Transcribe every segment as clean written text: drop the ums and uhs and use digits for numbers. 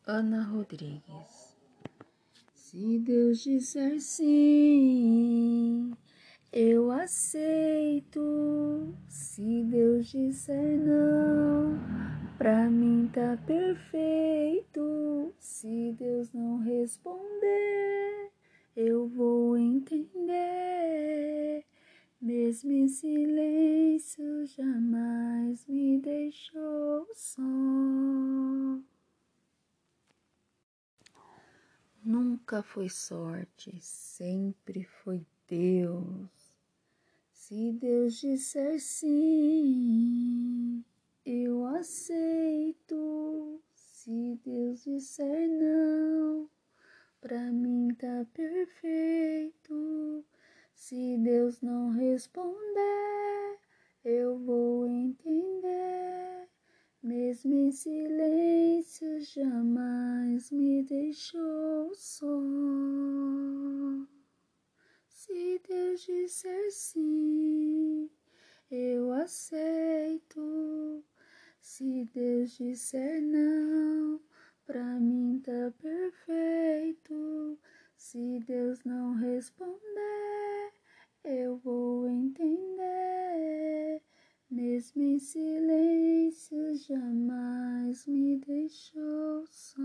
Ana Rodrigues. Se Deus disser sim, eu aceito. Se Deus disser não, pra mim tá perfeito. Se Deus não responder, eu vou entender. Mesmo em silêncio, jamais me deixou só. Nunca foi sorte, sempre foi Deus. Se Deus disser sim, eu aceito. Se Deus disser não, pra mim tá perfeito. Se Deus não responder, eu vou entender. Mesmo em silêncio, jamais me deixou só. Se Deus disser sim, eu aceito. Se Deus disser não, pra mim tá perfeito. Se Deus não responder, eu vou entender. Mesmo em silêncio, jamais me deixou só.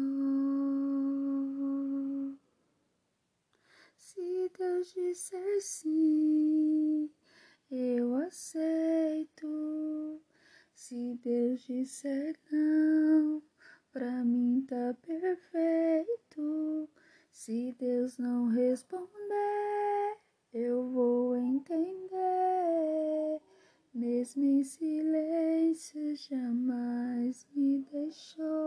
Se Deus disser sim, eu aceito. Se Deus disser não, pra mim tá perfeito. Se Deus não responder, eu vou entender. Mesmo em silêncio, jamais me deixou